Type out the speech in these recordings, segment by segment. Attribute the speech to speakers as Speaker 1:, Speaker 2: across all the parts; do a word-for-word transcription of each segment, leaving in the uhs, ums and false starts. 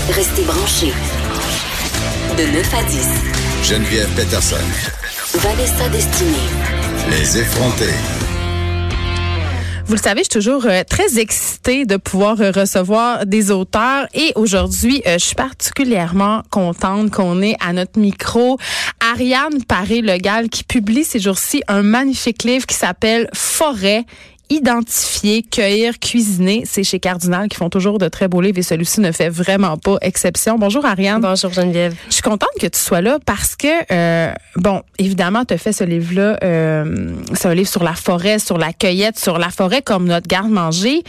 Speaker 1: Restez branchés. De neuf à dix.
Speaker 2: Geneviève Peterson.
Speaker 1: Vanessa Destinée.
Speaker 2: Les effrontés.
Speaker 3: Vous le savez, je suis toujours euh, très excitée de pouvoir euh, recevoir des auteurs et aujourd'hui, euh, je suis particulièrement contente qu'on ait à notre micro Ariane Paré-Legal qui publie ces jours-ci un magnifique livre qui s'appelle Forêt. Identifier, cueillir, cuisiner. C'est chez Cardinal qui font toujours de très beaux livres et celui-ci ne fait vraiment pas exception. Bonjour Ariane.
Speaker 4: Bonjour Geneviève.
Speaker 3: Je suis contente que tu sois là parce que, euh, bon, évidemment, tu as fait ce livre-là. Euh, c'est un livre sur la forêt, sur la cueillette, sur la forêt comme notre garde-manger.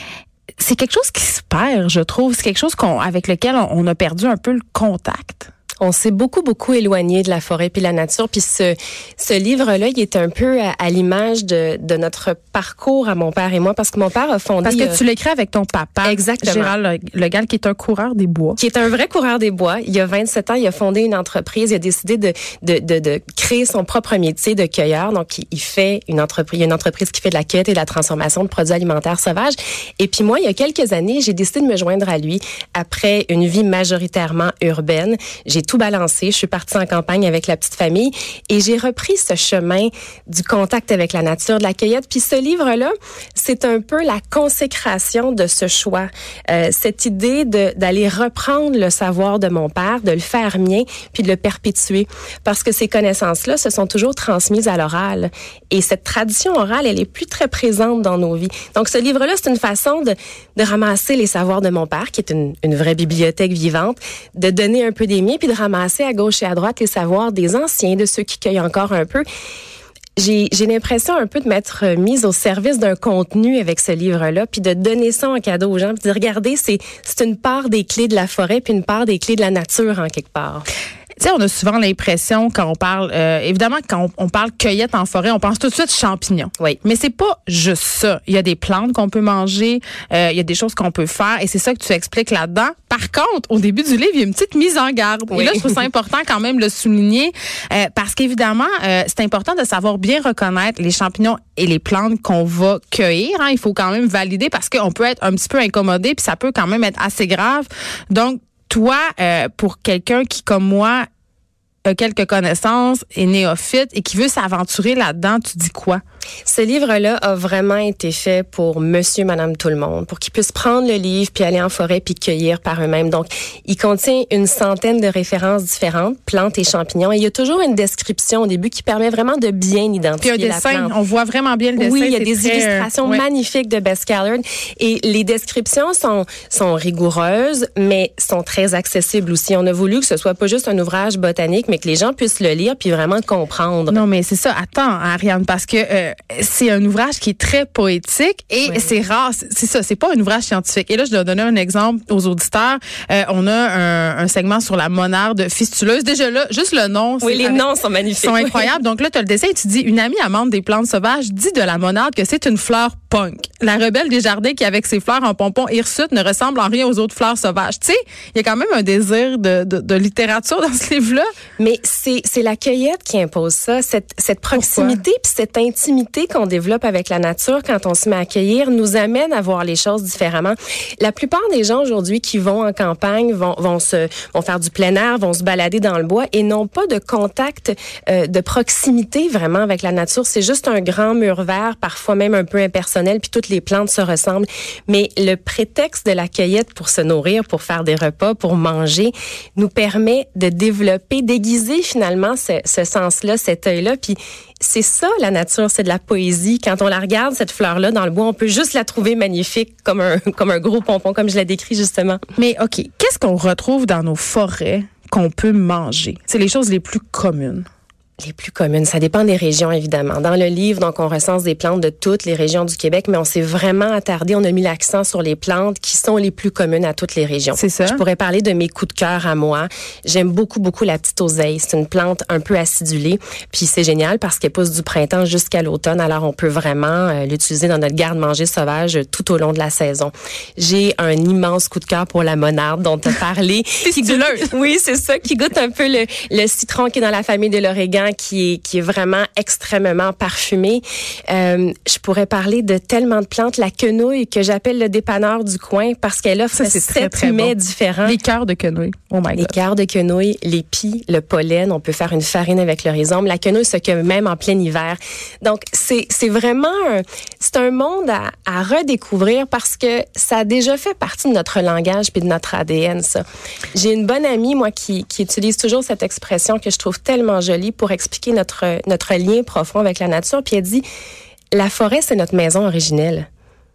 Speaker 3: C'est quelque chose qui se perd, je trouve. C'est quelque chose qu'on, avec lequel on, on a perdu un peu le contact.
Speaker 4: On s'est beaucoup, beaucoup éloigné de la forêt puis de la nature. Puis ce, ce livre-là, il est un peu à, à l'image de, de notre parcours à mon père et moi, parce que mon père a fondé...
Speaker 3: Parce que
Speaker 4: euh,
Speaker 3: tu l'écris avec ton papa,
Speaker 4: exactement.
Speaker 3: Gérald Legal, qui est un coureur des bois.
Speaker 4: Qui est un vrai coureur des bois. Il y a vingt-sept ans, il a fondé une entreprise. Il a décidé de, de, de, de créer son propre métier de cueilleur. Donc, il, il fait une entreprise, il y a une entreprise qui fait de la cueillette et de la transformation de produits alimentaires sauvages. Et puis moi, il y a quelques années, j'ai décidé de me joindre à lui après une vie majoritairement urbaine. J'ai tout balancé. Je suis partie en campagne avec la petite famille et j'ai repris ce chemin du contact avec la nature, de la cueillette. Puis ce livre-là, c'est un peu la consécration de ce choix. Euh, cette idée de, d'aller reprendre le savoir de mon père, de le faire mien, puis de le perpétuer. Parce que ces connaissances-là se sont toujours transmises à l'oral. Et cette tradition orale, elle est plus très présente dans nos vies. Donc ce livre-là, c'est une façon de, de ramasser les savoirs de mon père, qui est une, une vraie bibliothèque vivante, de donner un peu des miens, puis de ramasser à gauche et à droite les savoirs des anciens, de ceux qui cueillent encore un peu. J'ai, j'ai l'impression un peu de m'être mise au service d'un contenu avec ce livre-là, puis de donner ça en cadeau aux gens, puis de dire, regardez, c'est, c'est une part des clés de la forêt, puis une part des clés de la nature en quelque part.
Speaker 3: Tu sais, on a souvent l'impression quand on parle, euh, évidemment, quand on, on parle cueillette en forêt, on pense tout de suite champignons.
Speaker 4: Oui.
Speaker 3: Mais c'est pas juste ça. Il y a des plantes qu'on peut manger, euh, il y a des choses qu'on peut faire, et c'est ça que tu expliques là-dedans. Par contre, au début du livre, il y a une petite mise en garde. Oui. Et là, je trouve ça important quand même de le souligner, euh, parce qu'évidemment, euh, c'est important de savoir bien reconnaître les champignons et les plantes qu'on va cueillir. Hein. Il faut quand même valider parce qu'on peut être un petit peu incommodé, puis ça peut quand même être assez grave. Donc, toi, euh, pour quelqu'un qui, comme moi, a quelques connaissances, est néophyte et qui veut s'aventurer là-dedans, tu dis quoi?
Speaker 4: Ce livre-là a vraiment été fait pour monsieur, madame, tout le monde, pour qu'ils puissent prendre le livre puis aller en forêt puis cueillir par eux-mêmes. Donc, il contient une centaine de références différentes, plantes et champignons. Et il y a toujours une description au début qui permet vraiment de bien identifier
Speaker 3: puis il y a
Speaker 4: la
Speaker 3: dessin,
Speaker 4: plante.
Speaker 3: On voit vraiment bien le dessin.
Speaker 4: Oui, il y a des
Speaker 3: très,
Speaker 4: illustrations
Speaker 3: euh, ouais.
Speaker 4: magnifiques de Bess Callard. Et les descriptions sont, sont rigoureuses, mais sont très accessibles aussi. On a voulu que ce soit pas juste un ouvrage botanique, mais que les gens puissent le lire puis vraiment comprendre.
Speaker 3: Non, mais c'est ça. Attends, Ariane, parce que euh, c'est un ouvrage qui est très poétique et oui. c'est rare. C'est, c'est ça, c'est pas un ouvrage scientifique. Et là, je dois donner un exemple aux auditeurs. Euh, on a un, un segment sur la monarde fistuleuse. Déjà là, juste le nom.
Speaker 4: Oui, les
Speaker 3: avec,
Speaker 4: noms sont magnifiques.
Speaker 3: sont incroyables. Donc là, tu as le dessin et tu dis, une amie amante des plantes sauvages dit de la monarde que c'est une fleur punk. La rebelle des jardins qui, avec ses fleurs en pompon hirsute, ne ressemble en rien aux autres fleurs sauvages. Tu sais, il y a quand même un désir de, de, de littérature dans ce livre-là.
Speaker 4: Mais c'est, c'est la cueillette qui impose ça. Cette, cette proximité puis cette intimité qu'on développe avec la nature quand on se met à cueillir nous amène à voir les choses différemment. La plupart des gens aujourd'hui qui vont en campagne vont, vont, se, vont faire du plein air, vont se balader dans le bois et n'ont pas de contact, euh, de proximité vraiment avec la nature. C'est juste un grand mur vert, parfois même un peu impersonnel, puis toutes les plantes se ressemblent. Mais le prétexte de la cueillette pour se nourrir, pour faire des repas, pour manger, nous permet de développer, d'aiguiser finalement ce, ce sens-là, cet œil-là. Puis c'est ça, la nature, c'est de la poésie. Quand on la regarde, cette fleur-là, dans le bois, on peut juste la trouver magnifique, comme un, comme un gros pompon, comme je l'ai décrit justement.
Speaker 3: Mais OK, qu'est-ce qu'on retrouve dans nos forêts qu'on peut manger? C'est les choses les plus communes.
Speaker 4: Les plus communes, ça dépend des régions, évidemment. Dans le livre, donc, on recense des plantes de toutes les régions du Québec, mais on s'est vraiment attardé, on a mis l'accent sur les plantes qui sont les plus communes à toutes les régions.
Speaker 3: C'est ça.
Speaker 4: Je pourrais parler de mes coups de cœur à moi. J'aime beaucoup, beaucoup la petite oseille. C'est une plante un peu acidulée, puis c'est génial parce qu'elle pousse du printemps jusqu'à l'automne, alors on peut vraiment euh, l'utiliser dans notre garde-manger sauvage tout au long de la saison. J'ai un immense coup de cœur pour la monarde dont tu as parlé.
Speaker 3: Fistuleuse.
Speaker 4: Oui, c'est ça, qui goûte un peu le, le citron qui est dans la famille de l'origan, printemps qui est qui est vraiment extrêmement parfumé. Euh, je pourrais parler de tellement de plantes, la quenouille que j'appelle le dépanneur du coin parce qu'elle offre sept mets bon. différents.
Speaker 3: Les cœurs de quenouille. Oh my God.
Speaker 4: Les cœurs de quenouille, l'épi, le pollen, on peut faire une farine avec le rhizome. La quenouille se cueille même en plein hiver. Donc c'est c'est vraiment un, c'est un monde à, à redécouvrir parce que ça a déjà fait partie de notre langage puis de notre A D N ça. J'ai une bonne amie moi qui qui utilise toujours cette expression que je trouve tellement jolie pour expliquer notre notre lien profond avec la nature puis elle dit la forêt c'est notre maison originelle.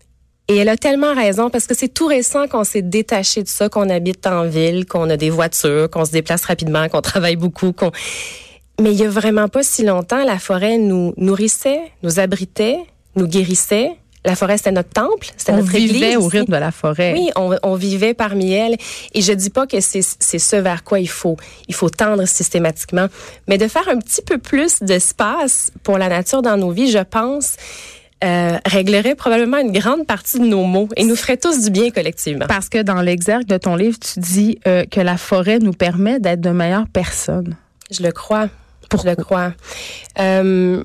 Speaker 4: Et elle a tellement raison parce que c'est tout récent qu'on s'est détaché de ça, qu'on habite en ville, qu'on a des voitures, qu'on se déplace rapidement, qu'on travaille beaucoup, qu'on mais il y a vraiment pas si longtemps, la forêt nous nourrissait, nous abritait, nous guérissait. La forêt, c'était notre temple, c'était
Speaker 3: on
Speaker 4: notre église.
Speaker 3: On vivait au rythme de la forêt.
Speaker 4: Oui, on, on vivait parmi elle. Et je dis pas que c'est, c'est ce vers quoi il faut, il faut tendre systématiquement. Mais de faire un petit peu plus d'espace pour la nature dans nos vies, je pense, euh, réglerait probablement une grande partie de nos maux et nous ferait tous du bien collectivement.
Speaker 3: Parce que dans l'exergue de ton livre, tu dis euh, que la forêt nous permet d'être de meilleures personnes.
Speaker 4: Je le crois.
Speaker 3: Pourquoi?
Speaker 4: Je le crois. Euh,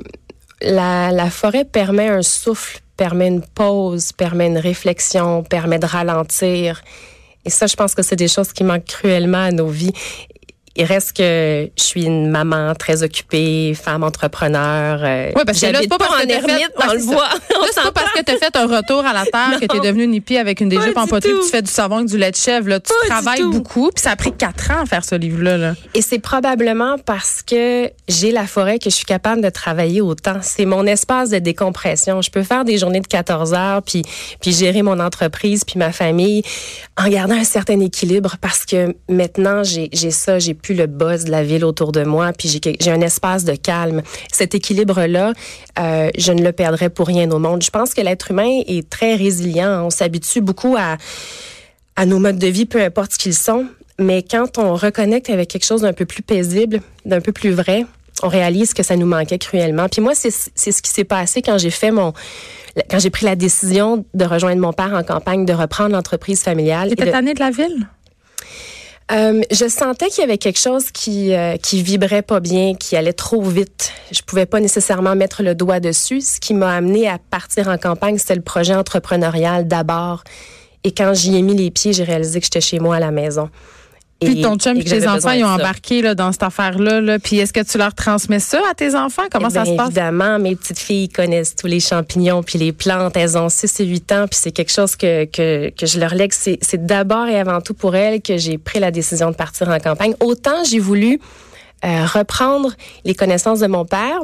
Speaker 4: la, la forêt permet un souffle, permet une pause, permet une réflexion, permet de ralentir. Et ça, je pense que c'est des choses qui manquent cruellement à nos vies. Il reste que je suis une maman très occupée, femme entrepreneur. Euh,
Speaker 3: oui, parce que là, c'est pas, pas parce en que ermite fait,
Speaker 4: dans ouais, le bois.
Speaker 3: Là, c'est pas parce que tu as fait un retour à la terre non. que tu es devenue une hippie avec une déjupe en poterie, que tu fais du savon avec du lait de chèvre. Là, tu pas travailles beaucoup, puis ça a pris quatre ans à faire ce livre-là. Là.
Speaker 4: Et c'est probablement parce que j'ai la forêt que je suis capable de travailler autant. C'est mon espace de décompression. Je peux faire des journées de quatorze heures, puis, puis gérer mon entreprise, puis ma famille, en gardant un certain équilibre, parce que maintenant, j'ai, j'ai ça, j'ai plus le buzz de la ville autour de moi, puis j'ai, j'ai un espace de calme. Cet équilibre-là, euh, je ne le perdrai pour rien au monde. Je pense que l'être humain est très résilient. On s'habitue beaucoup à, à nos modes de vie, peu importe ce qu'ils sont. Mais quand on reconnecte avec quelque chose d'un peu plus paisible, d'un peu plus vrai, on réalise que ça nous manquait cruellement. Puis moi, c'est, c'est ce qui s'est passé quand j'ai fait mon... quand j'ai pris la décision de rejoindre mon père en campagne, de reprendre l'entreprise familiale.
Speaker 3: T'étais tannée de la ville?
Speaker 4: Euh, je sentais qu'il y avait quelque chose qui euh, qui vibrait pas bien, qui allait trop vite. Je pouvais pas nécessairement mettre le doigt dessus. Ce qui m'a amené à partir en campagne, c'était le projet entrepreneurial d'abord. Et quand j'y ai mis les pieds, j'ai réalisé que j'étais chez moi à la maison.
Speaker 3: Puis ton chum et tes enfants, ils ont embarqué là, dans cette affaire-là. Là. Puis est-ce que tu leur transmets ça à tes enfants? Comment
Speaker 4: eh
Speaker 3: ça
Speaker 4: bien,
Speaker 3: se passe?
Speaker 4: Évidemment, mes petites filles connaissent tous les champignons puis les plantes. Elles ont six et huit ans, puis c'est quelque chose que que, que je leur lègue. C'est, c'est d'abord et avant tout pour elles que j'ai pris la décision de partir en campagne. Autant j'ai voulu euh, reprendre les connaissances de mon père,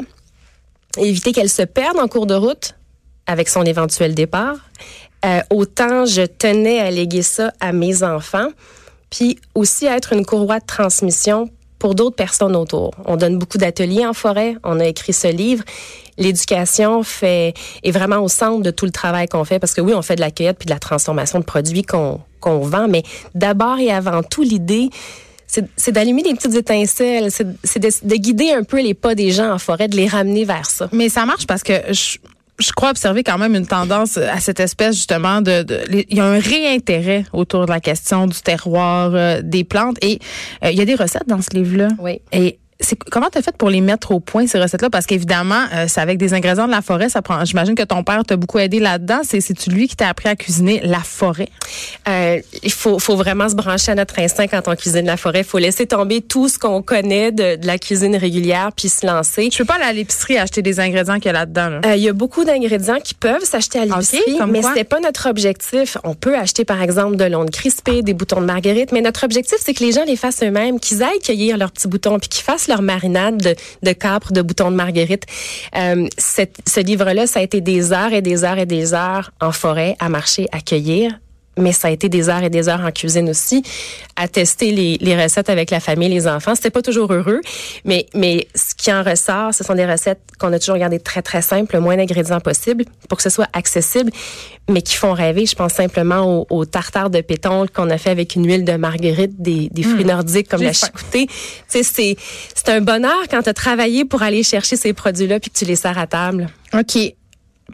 Speaker 4: éviter qu'elles se perdent en cours de route avec son éventuel départ. Euh, autant je tenais à léguer ça à mes enfants. Puis aussi être une courroie de transmission pour d'autres personnes autour. On donne beaucoup d'ateliers en forêt. On a écrit ce livre. L'éducation fait est vraiment au centre de tout le travail qu'on fait parce que oui, on fait de la cueillette puis de la transformation de produits qu'on qu'on vend, mais d'abord et avant tout, l'idée c'est, c'est d'allumer des petites étincelles, c'est, c'est de, de guider un peu les pas des gens en forêt, de les ramener vers ça.
Speaker 3: Mais ça marche parce que je Je crois observer quand même une tendance à cette espèce justement de, de il y a un réintérêt autour de la question du terroir, euh, des plantes et euh, il y a des recettes dans ce livre-là.
Speaker 4: Oui.
Speaker 3: Et c'est comment t'as fait pour les mettre au point ces recettes-là parce qu'évidemment euh, c'est avec des ingrédients de la forêt, ça prend. J'imagine que ton père t'a beaucoup aidé là-dedans. C'est c'est-tu lui qui t'a appris à cuisiner la forêt?
Speaker 4: Euh, il faut faut vraiment se brancher à notre instinct quand on cuisine la forêt. Il faut laisser tomber tout ce qu'on connaît de, de la cuisine régulière puis se lancer.
Speaker 3: Je peux pas aller à l'épicerie acheter des ingrédients qu'il y a là-dedans. Là.
Speaker 4: Euh, il y a beaucoup d'ingrédients qui peuvent s'acheter à l'épicerie,
Speaker 3: okay,
Speaker 4: mais
Speaker 3: quoi?
Speaker 4: c'est pas notre objectif. On peut acheter par exemple de l'onde crispée, des boutons de marguerite, mais notre objectif c'est que les gens les fassent eux-mêmes, qu'ils aillent cueillir leurs petits boutons puis qu'ils fassent leur marinade de, de capre, de boutons de marguerite. Euh, cette, ce livre-là, ça a été des heures et des heures et des heures en forêt, à marcher, à cueillir. Mais ça a été des heures et des heures en cuisine aussi, à tester les, les recettes avec la famille, les enfants. C'était pas toujours heureux, mais mais ce qui en ressort, ce sont des recettes qu'on a toujours gardées très très simples, le moins d'ingrédients possible, pour que ce soit accessible, mais qui font rêver. Je pense simplement au, au tartare de pétoncle qu'on a fait avec une huile de marguerite, des, des fruits mmh, nordiques comme la chicouté. Tu sais, c'est c'est un bonheur quand tu as travaillé pour aller chercher ces produits-là puis que tu les sers à table.
Speaker 3: OK.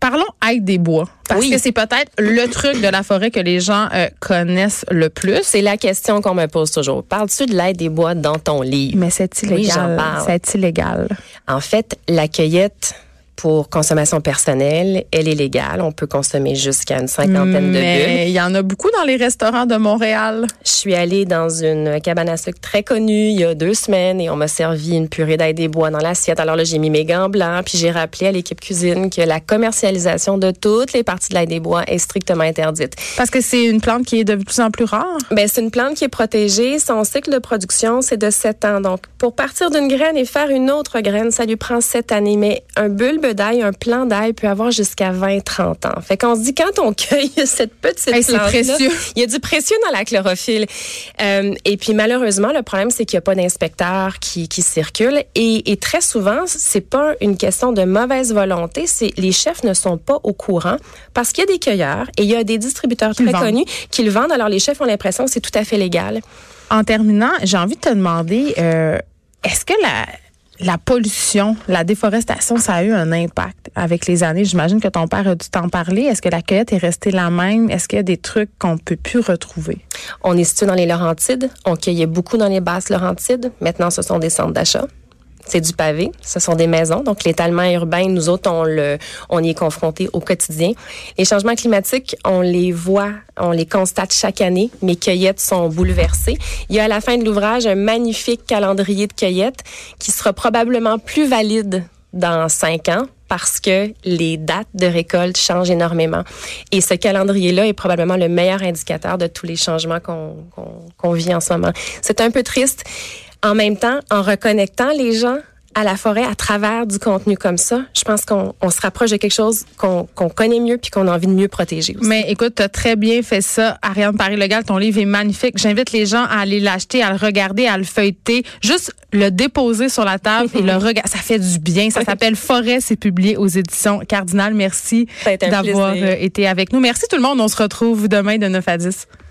Speaker 3: parlons aide des bois. Parce
Speaker 4: oui.
Speaker 3: que c'est peut-être le truc de la forêt que les gens euh, connaissent le plus.
Speaker 4: C'est la question qu'on me pose toujours. Parles-tu de l'aide des bois dans ton livre?
Speaker 3: Mais c'est illégal.
Speaker 4: Oui, j'en parle.
Speaker 3: C'est illégal.
Speaker 4: En fait, la cueillette pour consommation personnelle, elle est légale. On peut consommer jusqu'à une cinquantaine
Speaker 3: Mais
Speaker 4: de bulles.
Speaker 3: il y en a beaucoup dans les restaurants de Montréal.
Speaker 4: Je suis allée dans une cabane à sucre très connue il y a deux semaines et on m'a servi une purée d'ail des bois dans l'assiette. Alors là, j'ai mis mes gants blancs puis j'ai rappelé à l'équipe cuisine que la commercialisation de toutes les parties de l'ail des bois est strictement interdite.
Speaker 3: Parce que c'est une plante qui est de plus en plus rare.
Speaker 4: Ben, c'est une plante qui est protégée. Son cycle de production, c'est de sept ans. Donc, pour partir d'une graine et faire une autre graine, ça lui prend sept années. Mais un bulbe d'ail, un plant d'ail peut avoir jusqu'à vingt à trente ans. Fait qu'on se dit, quand on cueille cette petite
Speaker 3: hey, c'est précieux.
Speaker 4: il y a du précieux dans la chlorophylle. Euh, et puis, malheureusement, le problème, c'est qu'il n'y a pas d'inspecteur qui, qui circule. Et, et très souvent, c'est pas une question de mauvaise volonté. C'est les chefs ne sont pas au courant parce qu'il y a des cueilleurs et il y a des distributeurs très connus qui le vendent. Alors, les chefs ont l'impression que c'est tout à fait légal.
Speaker 3: En terminant, j'ai envie de te demander, euh, est-ce que la... La pollution, la déforestation, ça a eu un impact avec les années. J'imagine que ton père a dû t'en parler. Est-ce que la cueillette est restée la même? Est-ce qu'il y a des trucs qu'on ne peut plus retrouver?
Speaker 4: On est situé dans les Laurentides. On cueillait beaucoup dans les basses Laurentides. Maintenant, ce sont des centres d'achat. C'est du pavé, ce sont des maisons. Donc, l'étalement urbain, nous autres, on, le, on y est confrontés au quotidien. Les changements climatiques, on les voit, on les constate chaque année. Mes cueillettes sont bouleversées. Il y a à la fin de l'ouvrage un magnifique calendrier de cueillettes qui sera probablement plus valide dans cinq ans parce que les dates de récolte changent énormément. Et ce calendrier-là est probablement le meilleur indicateur de tous les changements qu'on, qu'on, qu'on vit en ce moment. C'est un peu triste. En même temps, en reconnectant les gens à la forêt à travers du contenu comme ça, je pense qu'on on se rapproche de quelque chose qu'on, qu'on connaît mieux puis qu'on a envie de mieux protéger aussi.
Speaker 3: Mais écoute, tu as très bien fait ça. Ariane Paris-Legal, ton livre est magnifique. J'invite les gens à aller l'acheter, à le regarder, à le feuilleter. Juste le déposer sur la table et le regarder. Ça fait du bien. Ça s'appelle Forêt. C'est publié aux éditions Cardinal. Merci d'avoir plaisir. été avec nous. Merci tout le monde. On se retrouve demain de neuf à dix.